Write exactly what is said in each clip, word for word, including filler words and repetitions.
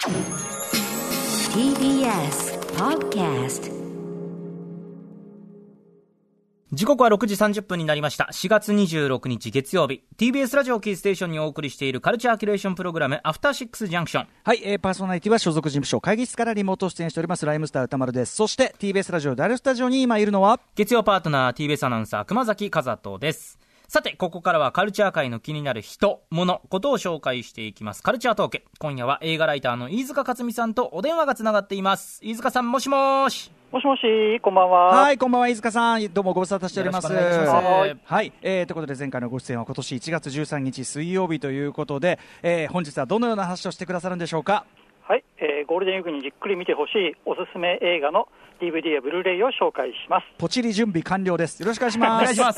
ティービーエス Podcast。 時刻はろくじさんじゅっぷんになりました。しがつにじゅうろくにち月曜日、 ティービーエス ラジオキーステーションにお送りしているカルチャーキュレーションプログラム、アフターシックスジャンクション。 はい、えー、パーソナリティは所属事務所会議室からリモート出演しておりますライムスター歌丸です。そして ティービーエス ラジオダイルスタジオに今いるのは月曜パートナー ティービーエス アナウンサー熊崎和人です。さて、ここからはカルチャー界の気になる人、物、ことを紹介していきます。カルチャートーク。今夜は映画ライターの飯塚克美さんとお電話がつながっています。飯塚さん、もしもーし。 もしもし、こんばんは。 はい、こんばんは。飯塚さん、どうもご無沙汰しております。 よろしくお願いします。 はい、えー、ということで前回のご出演は今年いちがつじゅうさんにち水曜日ということで、えー、本日はどのような話をしてくださるんでしょうか。 はい、えー、ゴールデンウィークにじっくり見てほしいおすすめ映画の ディーブイディー やブルーレイを紹介します。 ポチリ準備完了です。よろしくお願いします。 お願いします。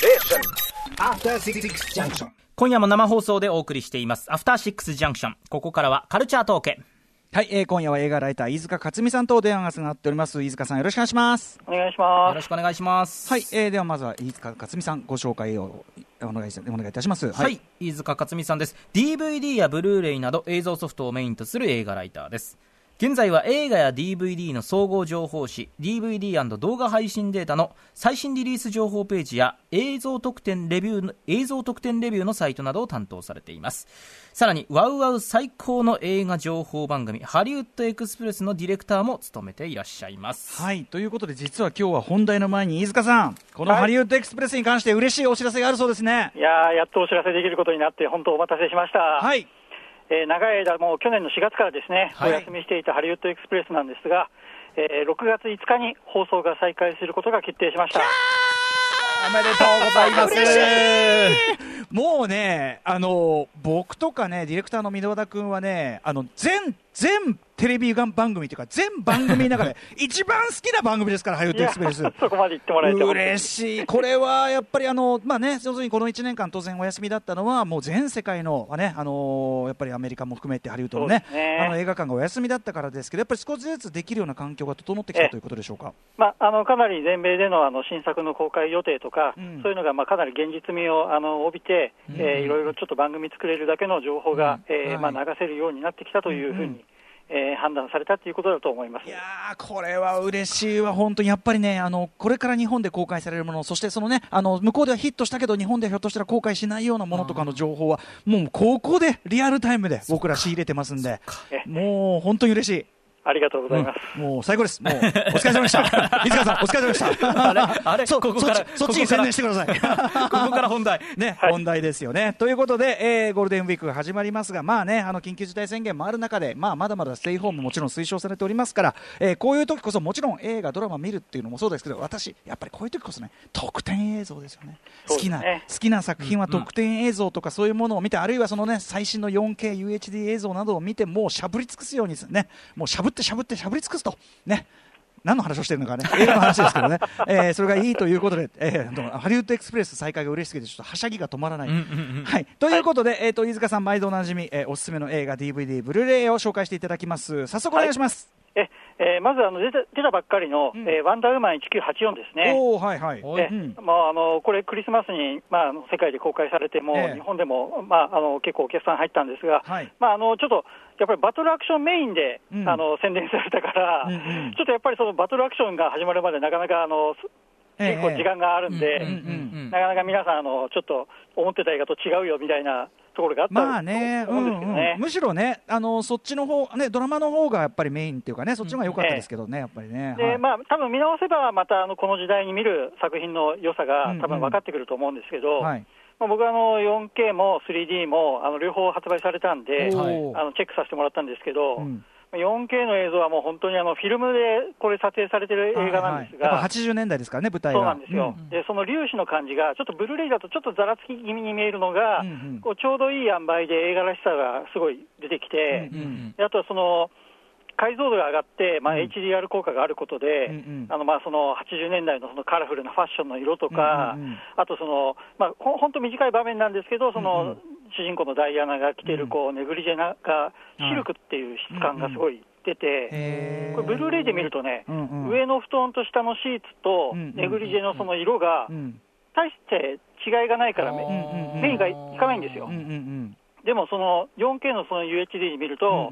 今夜も生放送でお送りしていますアフターシックスジャンクション。ここからはカルチャートーク。 はい、えー、今夜は映画ライター飯塚克美さんとお電話がつながっております。飯塚さん、よろしくお願いします。 お願いします。 よろしくお願いします。 はい、えー、ではまずは飯塚克美さんご紹介をお願いしお願いいたします。 はい、はい、飯塚克美さんです。 ディーブイディー やブルーレイなど映像ソフトをメインとする映画ライターです。現在は映画や ディーブイディー の総合情報誌 ディーブイディー& 動画配信データの最新リリース情報ページや映像特典レビューの映像特典レビューのサイトなどを担当されています。さらにワウワウ最高の映画情報番組ハリウッドエクスプレスのディレクターも務めていらっしゃいます。 はい、ということで実は今日は本題の前に飯塚さん、このハリウッドエクスプレスに関して嬉しいお知らせがあるそうですね。 いやー、やっとお知らせできることになって本当お待たせしました。 はい、 えー、長い間もう去年のしがつからですね、 はい、 お休みしていたハリウッドエクスプレスなんですが、えー、ろくがついつかに放送が再開することが決定しました。 おめでとうございます。嬉しい。もうね、あの僕とかねディレクターの箕輪田君はね、あの全全テレビ番組というか全番組の中で一番好きな番組ですからハリウッドエクスプレス。 そこまで言ってもらえて嬉しい。これはやっぱりあのまあね、要するにこのいちねんかん当然お休みだったのはもう全世界のね、あのー、やっぱりアメリカも含めてハリウッドのね、 ね、 あの映画館がお休みだったからですけど、やっぱり少しずつできるような環境が整ってきたということでしょうか。 まあ、あのかなり全米での、あの新作の公開予定とか、うん、そういうのがまあかなり現実味をあの帯びて、うん、えー、いろいろちょっと番組作れるだけの情報が、うん、えーまあ、流せるようになってきたというふうに、うん、えー、判断されたということだと思います。 いやー、これは嬉しいわ。本当にやっぱりね、あのこれから日本で公開されるもの、そしてそのね、あの向こうではヒットしたけど日本でひょっとしたら公開しないようなものとかの情報はもうここでリアルタイムで僕ら仕入れてますんで、もう本当に嬉しい。 ありがとうございます。 うん、もう最高です。もうお疲れ様でした。飯塚さんお疲れ様でした。 あれあれ、 そここからそっちに専念してください。 ここから本題ね、 はい、 本題ですよね。ということで、えー、ゴールデンウィークが始まりますが、まあね、あの緊急事態宣言もある中で、まあまだまだステイホームももちろん推奨されておりますから、えー、こういう時こそもちろん映画ドラマ見るっていうのもそうですけど、私やっぱりこういう時こそね、特典映像ですよね。好きな、ね、好きな作品は特典映像とかそういうものを見て、うんうん、あるいはそのね最新の よんケーユーエイチディー 映像などを見て、もうしゃぶり尽くすようにですね、もうしゃぶってしゃぶってしゃぶり尽くすとね、何の話をしてるのかね、映画の話ですけどね、えー、それがいいということで、えー、ハリウッドエクスプレス再開が嬉しすぎてちょっとはしゃぎが止まらない、うんうんうん、はい、ということで、はい、えー、と飯塚さん毎度おなじみ、えー、おすすめの映画 ディーブイディー ブルーレイを紹介していただきます。早速お願いします。 はい、ええー、まずあの出た、出たばっかりの、うん、えー、ワンダーウーマンせんきゅうひゃくはちじゅうよんですね。 おー、はいはい、 えーうん、まあ、あのこれクリスマスに、まあ、あの世界で公開されても、えー、日本でも、まあ、あの結構お客さん入ったんですが、はい、まあ、あのちょっとやっぱりバトルアクションメインで、うん、あの宣伝されたから、うんうん、ちょっとやっぱりそのバトルアクションが始まるまでなかなかあの結構時間があるんで、なかなか皆さんあのちょっと思ってた映画と違うよみたいなところがあったと思うんですけどね。まあね、うんうん、 むしろね、あのそっちの方ね、ドラマの方がやっぱりメインっていうかね、そっちの方が良かったですけどね、うん、やっぱりね。 で、はい、まあ多分見直せばまたあのこの時代に見る作品の良さが多分分かってくると思うんですけど。うんうん、はい、まあ、僕はあの よんケー も スリーディー もあの両方発売されたんで、あのチェックさせてもらったんですけど、うん、よんケー の映像はもう本当にあのフィルムでこれ撮影されてる映画なんですが、 はいはい、はちじゅうねんだいですからね、舞台が。 そうなんですよ、うん、でその粒子の感じがちょっとブルーレイだとちょっとざらつき気味に見えるのが、うんうん、こうちょうどいい塩梅で映画らしさがすごい出てきて、うんうん、であとはその解像度が上がって、まあ、エイチディーアール 効果があることで、うんうん、あのまあそのはちじゅうねんだいのそのカラフルなファッションの色とか、うんうんうん、あとその、まあ、ほ, ほんと短い場面なんですけど、その、うんうん、主人公のダイアナが着ているこうネグリジェがシルクっていう質感がすごい出て、これブルーレイで見るとね、うんうん、上の布団と下のシーツとネグリジェのその色が大して違いがないから目にがいかないんですよ。うんうんうん、でもその よんケー のその ユーエイチディー に見ると、うんうん、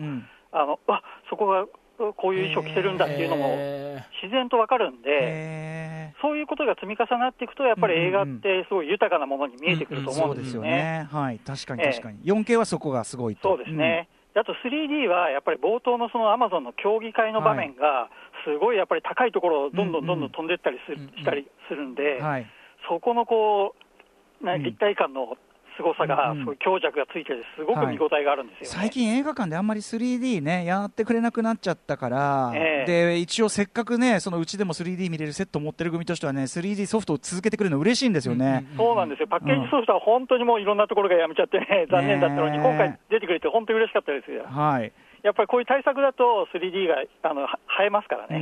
あのあそこがこういう衣装着てるんだっていうのも自然と分かるんで、そういうことが積み重なっていくとやっぱり映画ってすごい豊かなものに見えてくると思うんですよね。 はい、確かに確かに、えー、よんケー はそこがすごいと。 そうですね、うん、あと スリーディー はやっぱり冒頭のそのアマゾンの競技会の場面がすごいやっぱり高いところをどんどんどんどん飛んでいったりする、うんうん、したりするんで、はい、そこのこう立体感の凄さが、うんうん、強弱がついててすごく見応えがあるんですよ、ね、 はい、最近映画館であんまり スリーディー ねやってくれなくなっちゃったから、えー、で一応せっかくねそのうちでも スリーディー 見れるセット持ってる組としてはね スリーディー ソフトを続けてくれるの嬉しいんですよね、 うんうん、そうなんですよ。パッケージソフトは本当にもういろんなところがやめちゃってね残念だったのに、今回出てくれて本当に嬉しかったですよ、はい、やっぱりこういう対策だと スリーディー があの映えますからね、うんうん、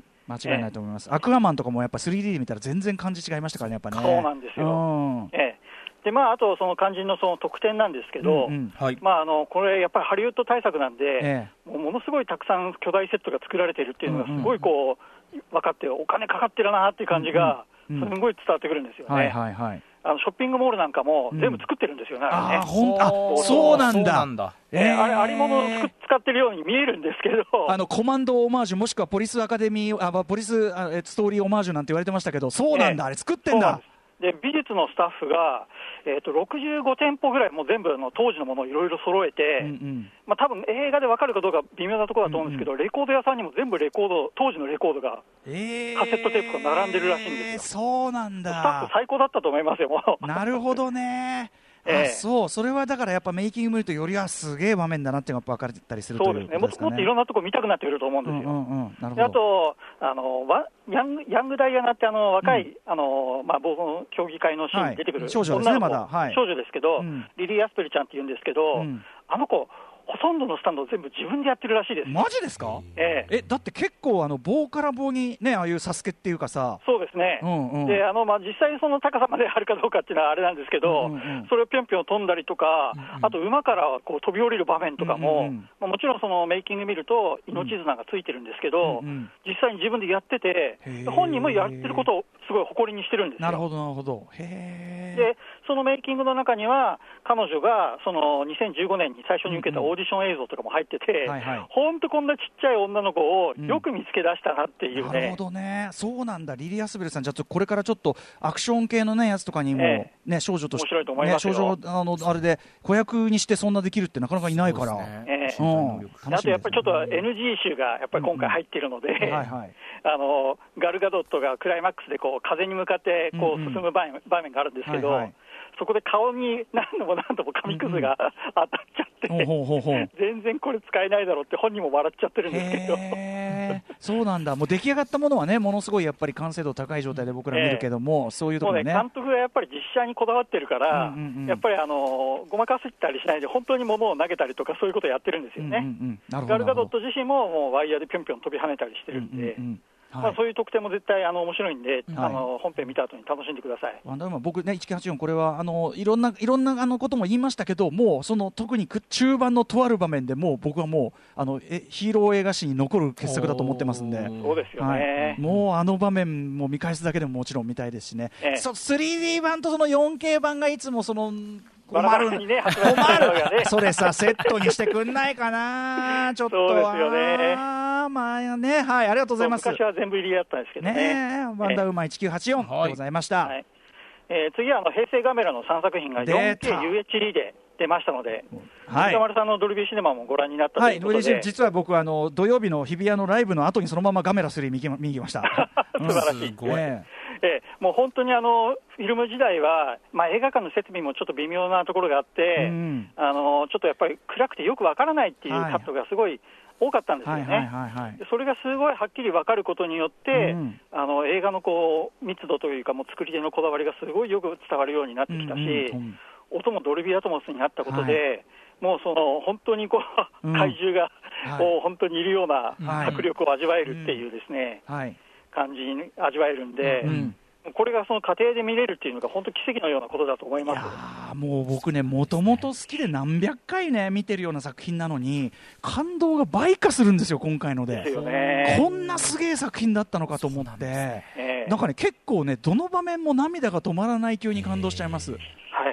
間違いないと思います、えー、アクアマンとかもやっぱ スリーディー で見たら全然感じ違いましたからねやっぱね。 そうなんですよ、うんえーでまあ、あとその肝心のその特典なんですけど、うんうんはいまあ、あのこれやっぱりハリウッド対策なんで、ええ、もうものすごいたくさん巨大セットが作られているっていうのがすごいこう、うんうん、分かってお金かかってるなっていう感じがすごい伝わってくるんですよね、はいはいはい、あのショッピングモールなんかも全部作ってるんですよね、うん、あれねあほんあそうなんだ、 んだえー、あれありものを使ってるように見えるんですけど、 あのコマンドオマージュもしくはポリスアカデミーあポリスあストーリーオマージュなんて言われてましたけど、そうなんだ、えー、あれ作ってんだ。 で美術のスタッフが、えー、とろくじゅうごてんぽぐらいもう全部の当時のものをいろいろ揃えて、うんうんまあ、多分映画で分かるかどうか微妙なところだと思うんですけど、うんうん、レコード屋さんにも全部レコード当時のレコードが、えー、カセットテープが並んでるらしいんですよ。 そうなんだ。 スタッフ最高だったと思いますよもうなるほどねあそうそれはだからやっぱメイキング見るとよりはすげえ場面だなっていうのが分かったりするということですかね。 そうですね、もっといろんなところ見たくなってくると思うんですよ、うんうんうん、なるほど。あとあのヤング、ヤングダイアナってあの若い、うん、あのまあ、僕の競技会のシーンに出てくる、はい、 少女ですねまだ、はい、 少女ですけど、うん、リリー・アスペルちゃんっていうんですけど、うん、あの子ほとんどのスタンドを全部自分でやってるらしいです。 マジですか？ええ、えだって結構あの棒から棒にねああいうサスケっていうかさ。 そうですね、うんうん、であの、まあ、実際その高さまであるかどうかっていうのはあれなんですけど、うんうん、それをぴょんぴょん飛んだりとか、うんうん、あと馬からこう飛び降りる場面とかも、うんうんまあ、もちろんそのメイキング見ると命綱がついてるんですけど、うんうん、実際に自分でやってて本人もやってることをすごい誇りにしてるんですよ。 なるほどなるほど。へでそのメイキングの中には彼女がそのにせんじゅうごねんに最初に受けたオーディション映像とかも入ってて、本当、はいはい、こんなちっちゃい女の子をよく見つけ出したなっていうね、うん、なるほどね。そうなんだ。リリー・アスベルさんじゃあこれからちょっとアクション系の、ね、やつとかにも、えーね、少女として、 面白いと思いますよ、 ね、少女あのあれで子役にしてそんなできるってなかなかいないから、ねえーうん、あとやっぱりちょっと エヌジー 集がやっぱり今回入っているので、うんうんはいはい、あのガルガドットがクライマックスでこう風に向かってこう進む場面、うんうん、場面があるんですけど、はいはい、そこで顔に何度も何度も紙くずが当たっちゃって、うんうん、全然これ使えないだろうって本人も笑っちゃってるんですけどへそうなんだ。もう出来上がったものはねものすごいやっぱり完成度高い状態で僕ら見るけども、えー、そういうところね、 ね監督がやっぱり実写にこだわってるから、うんうんうん、やっぱりあのごまかせたりしないで本当に物を投げたりとかそういうことをやってるんですよね、うんうんうん、ガルガドット自身ももうワイヤーでぴょんぴょん飛び跳ねたりしてるんで、うんうんうんはいまあ、そういう特典も絶対あの面白いんで、はい、あの本編見た後に楽しんでください。 ワンダーウーマン僕ねいちきゅうはちよんこれはあのいろんないろんなあのことも言いましたけどもうその特に中盤のとある場面でもう僕はもうあのえヒーロー映画史に残る傑作だと思ってますんで。 そうですよね、 はい、もうあの場面も見返すだけでももちろん見たいですしね、ええ、そ スリーディー 版とその よんケー 版がいつもその困る、 ね、 困るそれさセットにしてくんないかなちょっとそうですよね。 まあねはいありがとうございます。 昔は全部入りだったんですけどね。 ねワンダーウーマンいちきゅうはちよんでございました、はいえー、次はあの平成ガメラのさんさく品が よんケーユーエイチディー で出ましたので、はい、歌丸さんのドルビーシネマもご覧になったということで、 はい、実は僕はあの土曜日の日比谷のライブの後にそのままガメラスリー見に行きました素晴らしい、うんねえー、もう本当にあのフィルム時代は、まあ、映画館の設備もちょっと微妙なところがあって、うん、あのちょっとやっぱり暗くてよくわからないっていうカットがすごい多かったんですよね、はいはいはいはい、それがすごいはっきり分かることによって、うん、あの映画のこう密度というかもう作り手のこだわりがすごいよく伝わるようになってきたし、うんうんうん音もドルビーアトモスになったことで、はい、もうその本当にこう、うん、怪獣がこう、はい、本当にいるような迫力を味わえるっていうですね、はい、感じに味わえるんで、うんうん、これがその過程で見れるっていうのが本当奇跡のようなことだと思います。いやもう僕ねもともと好きで何百回ね見てるような作品なのに感動が倍化するんですよ今回ので。 ですよね。 こんなすげえ作品だったのかと思って、なんかね結構ねどの場面も涙が止まらない級に感動しちゃいます。 はい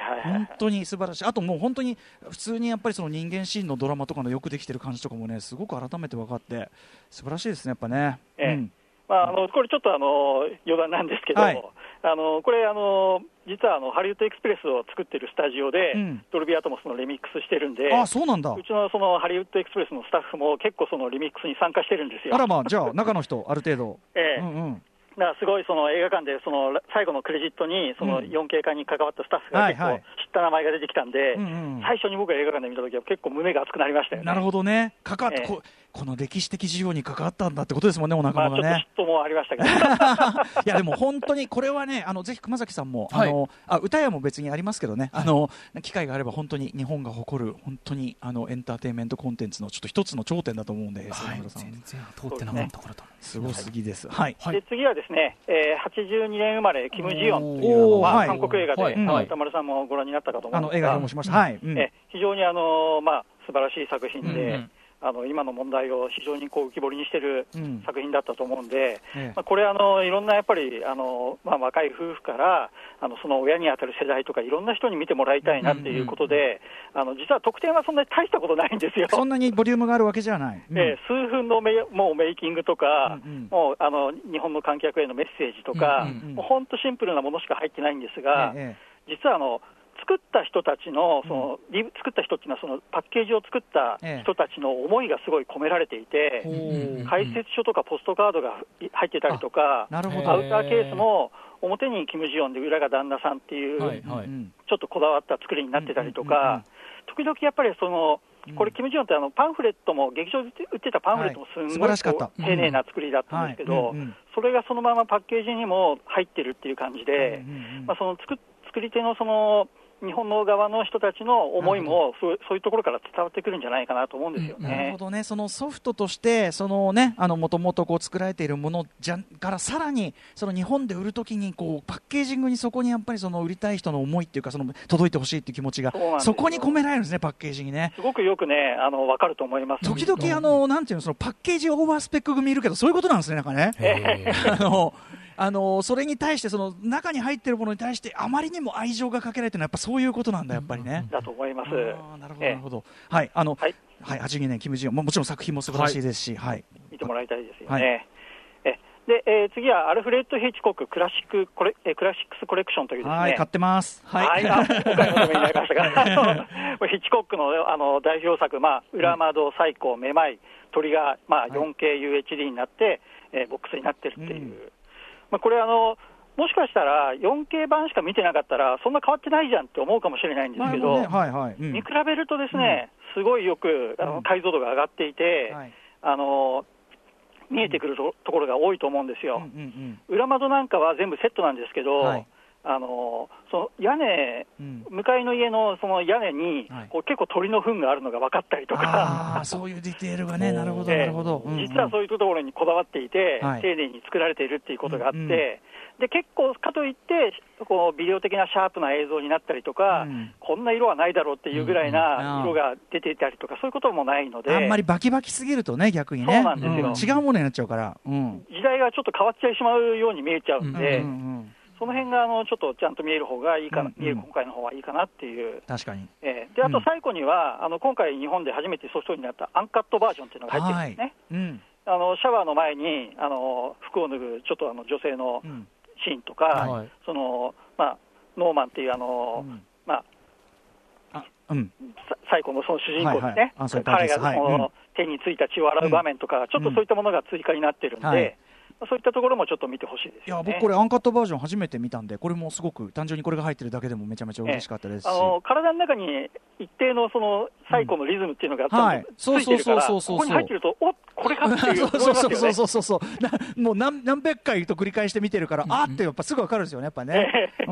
はいはい、 本当に素晴らしい。あともう本当に普通にやっぱりその人間シーンのドラマとかのよくできてる感じとかもねすごく改めて分かって素晴らしいですねやっぱね。 ええ、 うんまあ、あのこれちょっとあの余談なんですけど、はい、あのこれあの実はあのハリウッドエクスプレスを作ってるスタジオで、うん、ドルビーアトモスのリミックスしてるんで、 あ、そうなんだ。 うちのそのハリウッドエクスプレスのスタッフも結構そのリミックスに参加してるんですよ。 あらまあ、じゃあ中の人ある程度ええ、うんうん、だからすごいその映画館でその最後のクレジットにその よんケー 化に関わったスタッフが結構知った名前が出てきたんで、最初に僕が映画館で見たときは結構胸が熱くなりましたよね。 なるほどね。関わって、ええ、こ, この歴史的需要に関わったんだってことですもんね、お仲間がね。 まあ、ちょっと嫉妬もありましたけどいやでも本当にこれはね、あのぜひ熊崎さんも、はい、あのあ歌屋も別にありますけどね、あの機会があれば本当に日本が誇る本当にあのエンターテインメントコンテンツのちょっと一つの頂点だと思うんで、 はい、全然通ってなかったからと、ね、 すごすぎです。はいはい、で次はですね、えー、はちじゅうにねん生まれキム・ジヨンという、まあはい、韓国映画で、はいはい、歌丸さんもご覧になったかと思うんですが、 あの映画でもしました、はい、うん、 え非常にあの、まあ、素晴らしい作品で、うんうん、あの今の問題を非常にこう浮き彫りにしている作品だったと思うんで、うん、まあ、これあのいろんなやっぱりあの、まあ、若い夫婦からあのその親にあたる世代とかいろんな人に見てもらいたいなっていうことで、うんうんうん、あの実は特典はそんなに大したことないんですよ。 そんなにボリュームがあるわけじゃない、うん、 えー、数分のメもうメイキングとか、うんうん、もうあの日本の観客へのメッセージとか、うんうんうん、もう本当シンプルなものしか入ってないんですが、ええ、実はあの作った人たちの、その、うん、作った人っていうのはそのパッケージを作った人たちの思いがすごい込められていて、ええ、解説書とかポストカードが入ってたりとか、アウターケースも表にキム・ジヨンで裏が旦那さんっていう、はいはい、ちょっとこだわった作りになってたりとか、うんうんうんうん、時々やっぱりそのこれキム・ジヨンってあのパンフレットも劇場で売ってたパンフレットもすごい、はい、丁寧な作りだったんですけど、はい、うんうん、それがそのままパッケージにも入ってるっていう感じで、うんうんうん、まあ、その 作, 作り手のその日本の側の人たちの思いもそう、そういうところから伝わってくるんじゃないかなと思うんですよね。 うん、なるほどね。そのソフトとしてそのね、あの元々こう作られているものじゃからさらにその日本で売るときにこうパッケージングにそこにやっぱりその売りたい人の思いっていうかその届いてほしいっていう気持ちが そ, そこに込められるんですね、パッケージにね。 すごくよくね、あの分かると思います。 時々あのなんていうの、そのパッケージオーバースペック組いるけどそういうことなんですね、なんかね。あのあのそれに対してその中に入っているものに対してあまりにも愛情がかけられてるのはやっぱそういうことなんだ、やっぱりね。 だと思います。 あ、なるほどなるほど。はい、あの、はい、はい、はちじゅうにねんキム・ジヨンももちろん作品も素晴らしいですし、はい、はい、 見てもらいたいですよね。はい、えで、えー、次はアルフレッド・ヒッチコッククラシックコレ、えー、クラシックスコレクションというですね。 はい、買ってます。はい。 はい、あ、今回のためになりましたが、ヒッチコックのあの代表作、まあ裏窓、サイコ、めまい、鳥がまあ よんケーユーエイチディー になって、えー、ボックスになってるっていう。うん、まあ、これあのもしかしたら よんケー 版しか見てなかったらそんな変わってないじゃんって思うかもしれないんですけど、ね、はいはい、うん、見比べるとですね、うん、すごいよくあの解像度が上がっていて、うん、はい、あの見えてくる と, ところが多いと思うんですよ。うんうんうん、裏窓なんかは全部セットなんですけど、はい、あのその屋根、うん、向かいの家のその屋根に、はい、こう結構鳥の糞があるのが分かったりとか、 あそういうディテールがね、なるほどなるほど、 うんうん、実はそういうところにこだわっていて、はい、丁寧に作られているっていうことがあって、うんうん、で結構かといってこうビデオ的なシャープな映像になったりとか、うん、こんな色はないだろうっていうぐらいな色が出ていたりとか、そういうこともないので、 あんまりバキバキすぎるとね、逆にね、 そうなんですよ、 うん、違うものになっちゃうから、うん、 時代がちょっと変わっちゃいしまうように見えちゃうんで、うんうんうん、その辺があのちょっとちゃんと見える方がいいかな、うんうん、見える今回の方がいいかなっていう。 確かに、 えー、であと最後には、うん、あの今回日本で初めてソフトになったアンカットバージョンっていうのが入ってるんですね。はい、うん、あのシャワーの前にあの服を脱ぐちょっとあの女性のシーンとか、はい、そのまあ、ノーマンっていうあの、うん、まああ、うん、最後のその主人公ですね、はいはい、彼がその、はい、手についた血を洗う場面とか、うん、ちょっとそういったものが追加になってるんで、はい、そういったところもちょっと見てほしいですよね。 いや僕これアンカットバージョン初めて見たんで、これもすごく単純にこれが入ってるだけでもめちゃめちゃ嬉しかったですし、 あの体の中に一定のそのサイコのリズムっていうのが、うん、はい、ついてるからここに入ってるとおこれかっていうそうそうそうそうそうそうもう 何, 何百回と繰り返して見てるから、うん、あーってやっぱすぐ分かるんですよね、やっぱね。うん、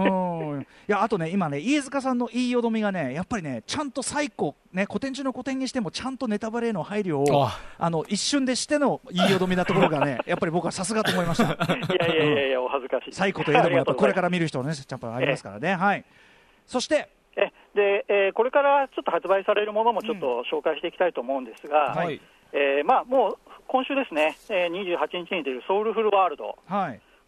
いやあとね今ね飯塚さんの言いよどみがねやっぱりねちゃんとサイコね古典中の古典にしてもちゃんとネタバレへの配慮をあの一瞬でしての言いよどみなところがねやっぱり僕はさすがと思いました。 いやいやいやいやお恥ずかしい。 サイコといえどもやっぱこれから見る人はねちゃんとありますからね。はい。そしてえで、えー、これからちょっと発売されるものもちょっと紹介していきたいと思うんですが、うん、はい、えー、まあもう今週ですね、えー、にじゅうはちにちに出るソウルフルワールド、はい、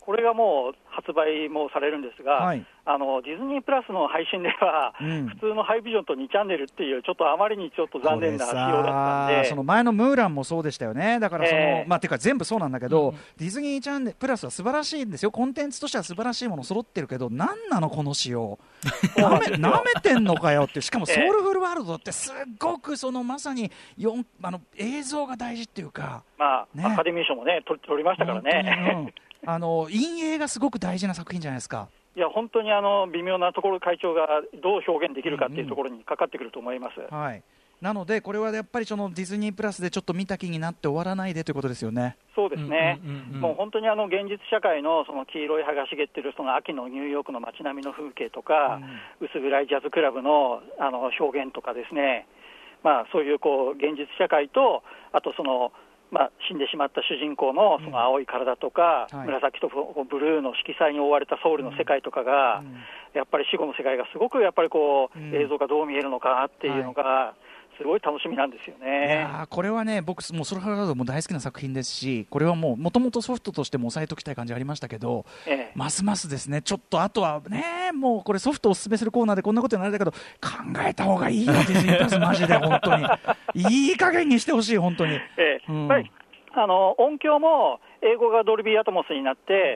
これがもう発売もされるんですが、はい、あのディズニープラスの配信では、うん、普通のハイビジョンとにチャンネルっていうちょっとあまりにちょっと残念な仕様だったんで、 その前のムーランもそうでしたよね。だからその、えー、まあていうか全部そうなんだけど、うん、ディズニーチャンネルプラスは素晴らしいんですよ。コンテンツとしては素晴らしいもの揃ってるけど、なんなのこの仕様なめ、なめてんのかよって。しかもソウルフルワールドってすっごくそのまさによんあの映像が大事っていうか、 まあね、アカデミー賞もね取りましたからね。 あの陰影がすごく大事な作品じゃないですか。 いや本当にあの微妙なところ、会長がどう表現できるかっていうところにかかってくると思います、うんうん、 はい、なのでこれはやっぱりそのディズニープラスでちょっと見た気になって終わらないでということですよね。 そうですね、うんうんうんうん、もう本当にあの現実社会のその黄色い葉が茂っているその秋のニューヨークの街並みの風景とか、うん、薄暗いジャズクラブ の, あの表現とかですね、まあ、そういうこう現実社会と、あとそのまあ、死んでしまった主人公 の, その青い体とか、うんはい、紫とブルーの色彩に覆われたソウルの世界とかが、うん、やっぱり死後の世界がすごくやっぱりこう、うん、映像がどう見えるのかっていうのが、はい、すごい楽しみなんですよね。 いやこれはね、僕もうソルハラードも大好きな作品ですし、これはもうもともとソフトとしても押さえておきたい感じがありましたけど、ええ、ますますですね。ちょっとあとはね、もうこれソフトをおすすめするコーナーでこんなことになるんだけど、考えた方がいいよディズニープラスマジで本当にいい加減にしてほしい本当に、ええうんはい、あの音響も英語がドルビーアトモスになって、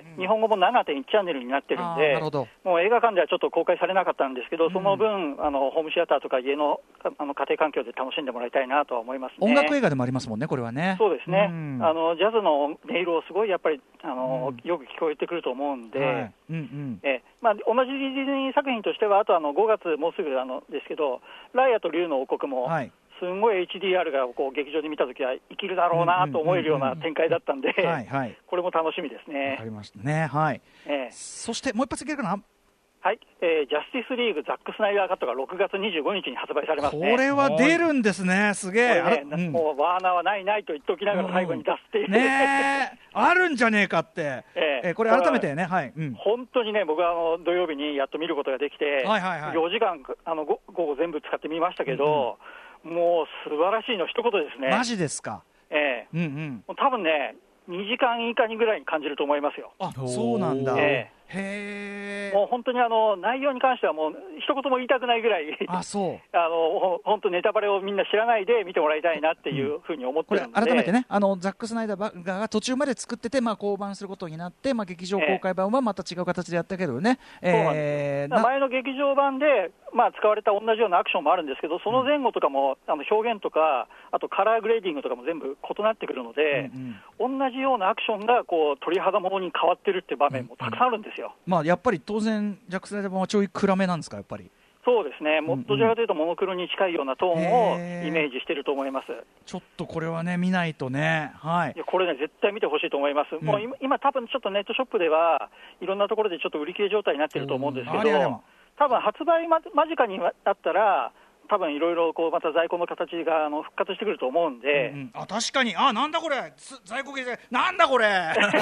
うん、日本語も ななてんいち チャンネルになってるんで、もう映画館ではちょっと公開されなかったんですけど、うん、その分あのホームシアターとか家 の, あの家庭環境で楽しんでもらいたいなとは思いますね。 音楽映画でもありますもんね、これはね。 そうですね、うん、あのジャズの音色すごいやっぱりあの、うん、よく聞こえてくると思うんで、はいうんうんえまあ、同じディズニー作品としては、あとあのごがつもうすぐあのですけど、ライアと竜の王国も、はいすごい エイチディーアール がこう劇場で見たときは生きるだろうなと思えるような展開だったんで、これも楽しみですね。 わかりましたね、はいえー、そしてもう一発いけるかな。 はい、えー、ジャスティスリーグザックスナイダーカットがろくがつにじゅうごにちに発売されますね。 これは出るんですね、すげえ、 ねうん、もうワーナーはないないと言っておきながら最後に出すっていう、 うん、ねあるんじゃねえかって、えーえー、これ改めてね、はいうん、 本当にね、僕はあの土曜日にやっと見ることができて、はいはいはい、よじかんあの午後全部使ってみましたけど、うんうん、もう素晴らしいの一言ですね。 マジですか。 えーうんうん、多分ねにじかん以下にぐらいに感じると思いますよ。 あ、そうなんだ、えーへもう本当にあの内容に関してはもう一言も言いたくないぐらいあそうあの本当ネタバレをみんな知らないで見てもらいたいなっていうふうに思ってるんで、 これ改めてね、あのザック・スナイダーが途中まで作ってて、まあ、降板することになって、まあ、劇場公開版はまた違う形でやったけどね、えー、そうなんです、 前の劇場版で、まあ、使われた同じようなアクションもあるんですけど、その前後とかも、うん、あの表現とかあとカラーグレーディングとかも全部異なってくるので、うんうん、同じようなアクションがこう鳥肌ものに変わってるって場面もたくさんあるんですよ、 うんうん、まあ、やっぱり当然ジャック・スナイダー版はちょい暗めなんですか、やっぱり。 そうですね、もっとどちらかというとモノクロに近いようなトーンをイメージしていると思います。 ちょっとこれはね見ないとね、はい、 いやこれね絶対見てほしいと思います、うん、もう 今, 今多分ちょっとネットショップではいろんなところでちょっと売り切れ状態になっていると思うんですけど、多分発売間近にだったら多分いろいろこうまた在庫の形があの復活してくると思うんで、うんうん、 あ確かに、あなんだこれ在庫切れなんだこれ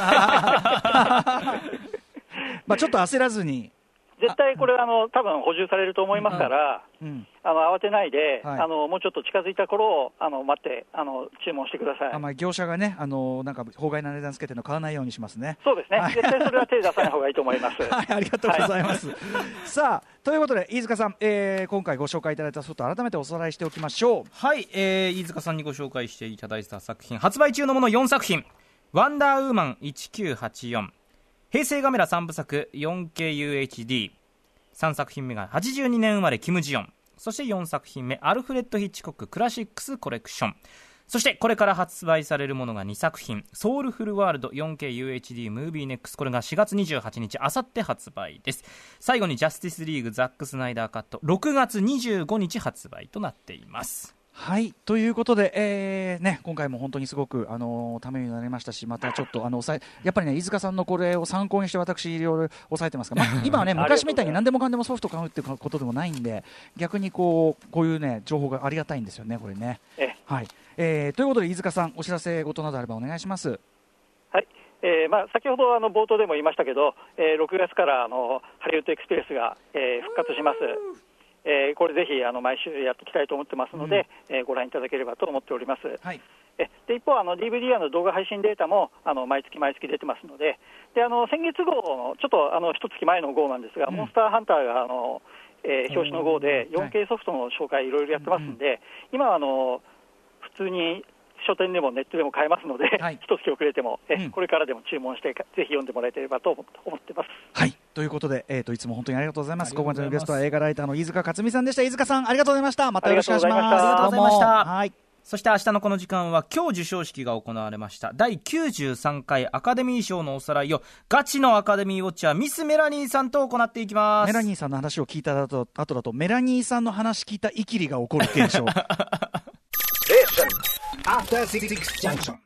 まあちょっと焦らずに絶対これあの多分補充されると思いますから、うんうん、あの慌てないで、はい、あのもうちょっと近づいた頃をあの待ってあの注文してください。 あ、まあ、業者がねあのなんか法外な値段つけてるの買わないようにしますね。 そうですね、はい、絶対それは手出さない方がいいと思いますはい、ありがとうございます、はい、さあということで飯塚さん、えー、今回ご紹介いただいたソフト改めておさらいしておきましょう。 はい、えー、飯塚さんにご紹介していただいた作品、発売中のものよんさく品、ワンダーウーマンせんきゅうひゃくはちじゅうよん、平成ガメラさんぶさく よんケーユーエイチディー、さんさく品目がはちじゅうにねん生まれキム・ジヨン、そしてよんさく品目アルフレッド・ヒッチコッククラシックスコレクション、そしてこれから発売されるものがにさく品、ソウルフルワールド よんケーユーエイチディー ムービーネックス、これがしがつにじゅうはちにちあさって発売です。最後にジャスティスリーグザック・スナイダーカットろくがつにじゅうごにち発売となっています。 はいということで、えーね、今回も本当にすごく、あのー、ためになりましたし、またちょっとあの抑えやっぱりね飯塚さんのこれを参考にして私いろいろ抑えてますが、まあ、今はね昔みたいに何でもかんでもソフト買うっていうことでもないんで、逆にこうこういうね情報がありがたいんですよねこれね。はい、えー、ということで飯塚さんお知らせ事などあればお願いします。 はい、えーまあ、先ほどあの冒頭でも言いましたけど、えー、ろくがつからあのハリウッドエクスプレスが、えー、復活します。えー、これぜひあの毎週やっていきたいと思ってますので、うん、えー、ご覧いただければと思っております。はい、 えで一方あの ディーブイディー の動画配信データもあの毎月毎月出てますので、であの先月号のちょっとあの一月前の号なんですが、うん、モンスターハンターがあの、えー、表紙の号で よんケー ソフトの紹介いろいろやってますんで、はい、今はあの普通に書店でもネットでも買えますので、はい、一月遅れてもえ、うん、これからでも注文してぜひ読んでもらえればと思ってます。 はいということで、えー、といつも本当にありがとうございます。ここまでのゲストは映画ライターの飯塚克美さんでした。飯塚さんありがとうございました。またよろしくお願いします。 ありがとうございました。はい、そして明日のこの時間は今日授賞式が行われましただいきゅうじゅうさんかいアカデミー賞のおさらいをガチのアカデミーウォッチャーミスメラニーさんと行っていきます。 メラニーさんの話を聞いた後だとメラニーさんの話聞いたイキリが起こる現象。After Six Junction